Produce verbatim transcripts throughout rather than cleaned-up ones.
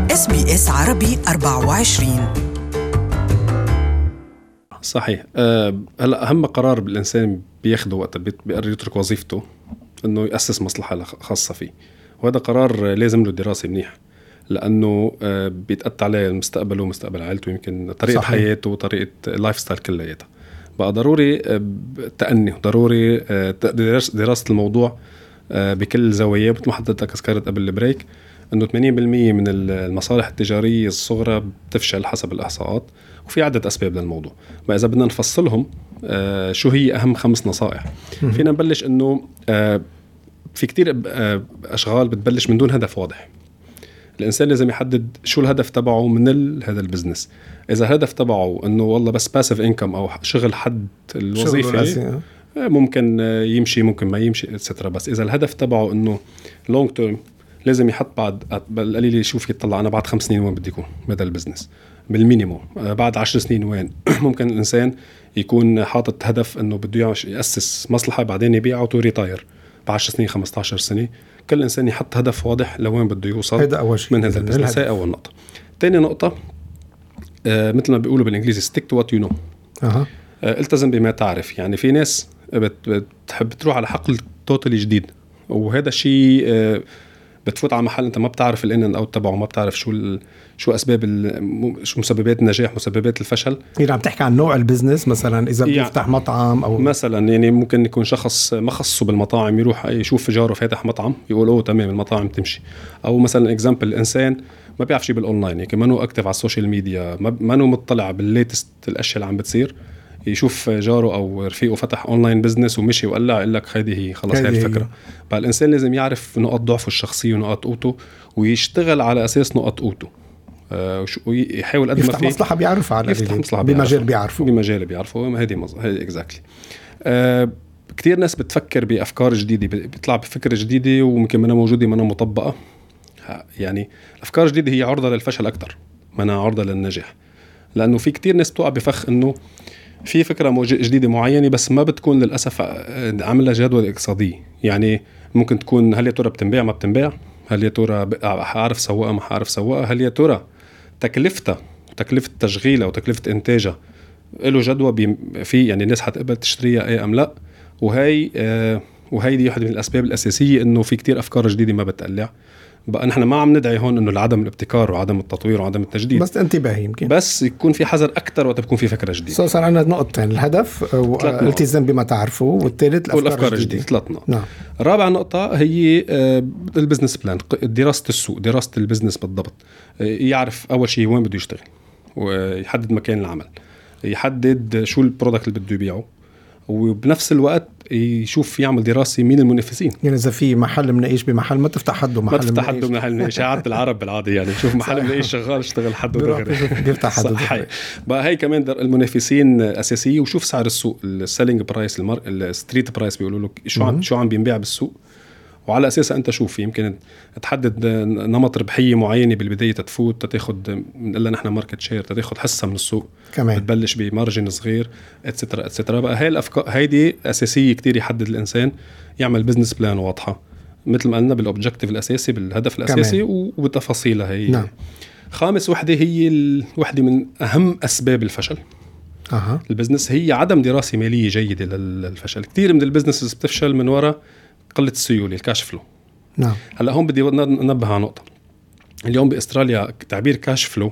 إس بي إس عربي أربعة وعشرين. صحيح. أه هلا أهم قرار بالإنسان بياخده وقت بيقرر يترك وظيفته إنه يأسس مصلحة خاصة فيه، وهذا قرار لازم له دراسة منيح، لأنه أه بيتأتى عليه مستقبله ومستقبل عائلته، يمكن طريقة صحيح. حياته وطريقة لايف ستايل كلياتها. بقى ضروري تأني، ضروري دراسة الموضوع بكل زواياه. مثل ما حضرتك أذكرت قبل البريك إنه ثمانين بالمية من المصالح التجارية الصغرى بتفشل حسب الإحصاءات، وفي عدة أسباب للموضوع. ما إذا بدنا نفصلهم، شو هي أهم خمس نصائح؟ فينا نبلش إنه في كتير أشغال بتبلش من دون هدف واضح. الإنسان لازم يحدد شو الهدف تبعه من هذا البزنس. إذا الهدف تبعه إنه والله بس passive income أو شغل حد الوظيفة، ممكن يمشي ممكن ما يمشي اتسترا. بس إذا الهدف تبعه إنه long term، لازم يحط بعد بالقليل يشوف يطلع أنا بعد خمس سنين وين بدي يكون بهذا البزنس بالمينيموم، بعد عشر سنين وين. ممكن الإنسان يكون حاطط هدف إنه بده يأسس مصلحة بعدين يبيعه تو ريتاير بعشر سنين خمسة عشر سنة. كل إنسان يحط هدف واضح لوين بده يوصل من هذا البزنس. هاي أول نقطة. تاني نقطة، آه مثل ما بيقولوا بالإنجليزي stick to what you know. أه. آه التزم بما تعرف. يعني في ناس بتحب تروح على حقل توتالي جديد، وهذا الشيء آه بتفوت على محل انت ما بتعرف الان ان اوت تبعه، ما بتعرف شو شو اسباب شو مسببات النجاح مسببات الفشل. يعني عم تحكي عن نوع البزنس مثلا، اذا يعني بيفتح مطعم او مثلا، يعني ممكن يكون شخص ما خصه بالمطاعم يروح يشوف جاره فاتح مطعم يقول اوه تمام المطاعم تمشي. او مثلا اكزامبل الانسان ما بيعرف شيء بالاونلاين، يعني كمان هو اكتف على السوشيال ميديا، ما انه مطلع بالليتست الاشياء اللي عم بتصير، يشوف جاره أو رفيقه فتح أونلاين بزنس ومشي وقال له لك هذه هي خلاص هاي الفكرة. بقى الإنسان لازم يعرف نقاط ضعفه الشخصية ونقاط قوته ويشتغل على أساس نقاط قوته، آه ويحاول قد ما يفتح مصلحة بيعرفها على بمجال بيعرفه بمجال بيعرفه هذه مز... هذه exactly. آه كتير ناس بتفكر بأفكار جديدة، بيطلع بفكرة جديدة وممكن منها موجودة منها مطبقة. يعني أفكار جديدة هي عرضة للفشل أكتر منها عرضة للنجاح، لأنه في كتير ناس بتوقع بفخ إنه في فكرة جديدة معينة بس ما بتكون للأسف عاملة جدوى اقتصادية. يعني ممكن تكون هل يا ترى بتنبيع ما بتنبيع، هل يا ترى حعرف سواقة ما حعرف سواقة، هل يا ترى تكلفتها وتكلفة تشغيلها وتكلفة إنتاجها له جدوى في، يعني الناس حتقبل تشتريها أي أم لا. وهي آه وهي دي واحدة من الأسباب الأساسية إنه في كتير أفكار جديدة ما بتقلع. بقى نحن ما عم ندعي هون إنه العدم الابتكار وعدم التطوير وعدم التجديد، بس انتباه يمكن، بس يكون في حذر أكتر وقت بيكون في فكرة جديدة. صار عندنا نقطتين، الهدف والالتزام بما تعرفه، والثالث الأفكار الجديدة. ثلاث نقط. نعم. رابع نقطة هي البزنس بلان، دراسة السوق، دراسة البزنس بالضبط. يعرف أول شيء وين بده يشتغل، ويحدد مكان العمل، يحدد شو البرودكت اللي بده يبيعه، وبنفس الوقت يشوف يعمل دراسة مين المنافسين. يعني إذا في محل مناقيش بمحل ما تفتح حده محل ما تفتح حده محل مناقيش. عادة العرب بالعادة يعني شوف محل مناقيش شغال اشتغل حده دغري بيفتح حده. بقى هي كمان المنافسين أساسية، وشوف سعر السوق، السيلينج برايس، الستريت برايس بيقولوا له شو عم شو عم بينباع بالسوق، وعلى أساسها أنت شوف يمكن تحدد نمط ربحية معينة بالبداية تتفوت تتاخد إلا نحن ماركت شير، تتاخد حصة من السوق كمان، بتبلش بمارجن صغير اتسترا اتسترا. بقى هاي الأفكار هيدي أساسية كتير، يحدد الإنسان يعمل بزنس بلان واضحة مثل ما قلنا بالأوبجكتيف الأساسي بالهدف الأساسي كمان. وبتفاصيلها هي. نعم. خامس وحدة هي الوحدة من أهم أسباب الفشل أه. البزنس هي عدم دراسة مالية جيدة للفشل. كتير من البزنس بتفشل من وراء قلة السيولة، الكاش فلو. نعم. هلا هون بدي ننبه على نقطة. اليوم بأستراليا تعبير كاش فلو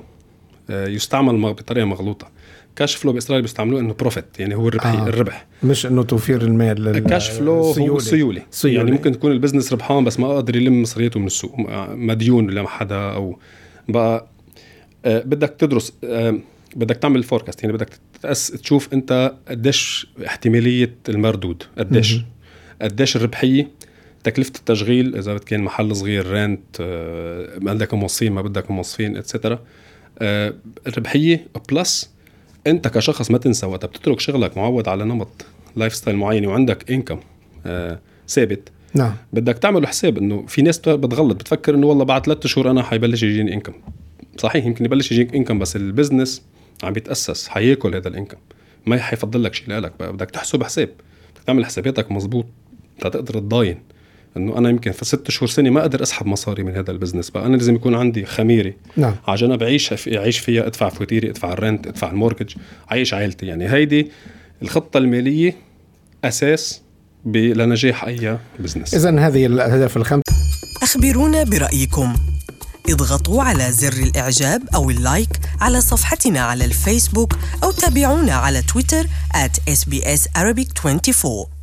يستعمل بطريقة مغلوطة. كاش فلو بأستراليا بيستعملوه إنه بروفيت، يعني هو الربح. آه. الربح مش إنه توفير المال. الكاش فلو هو السيولة. يعني ممكن تكون البزنس ربحان بس ما قادر يلم مصرياته من السوق، مديون لما حدا أو بقى. آه بدك تدرس، آه بدك تعمل فوركاست، يعني بدك تقس تشوف أنت قديش احتمالية المردود، قديش قديش الربحية، تكلفة التشغيل إذا كان محل صغير رانت، آه ما عندك موظفين ما بدك موظفين اتسترا، آه الربحية بلس أنت كشخص. ما تنسى وقت بتترك شغلك معود على نمط لايف ستايل معين وعندك إنكم آه ثابت. نعم. بدك تعمل حساب إنه في ناس بتغلط بتفكر إنه والله بعد ثلاثة شهور أنا حيبلش يجيني إنكم. صحيح يمكن يبلش يجيك إنكم، بس البزنس عم بيتأسس حياكل هذا الإنكم، ما حيفضل لك شيء لك. بدك تحسب حساب، بدك تعمل حساباتك مزبوط تقدر تضاين انه انا يمكن في ست شهور سنه ما اقدر اسحب مصاري من هذا البزنس، بقى انا لازم يكون عندي خميره نعم. على جنب اعيش في اعيش فيها، ادفع فواتيري، ادفع الرنت، ادفع المورتج، عايش عائلتي. يعني هيدي الخطه الماليه اساس لنجاح اي بزنس. اذن هذه الاهداف الخمس. أخبرونا برأيكم، اضغطوا على زر الإعجاب أو اللايك على صفحتنا على الفيسبوك، أو تابعونا على تويتر آت إس بي إس Arabic أربعة وعشرين.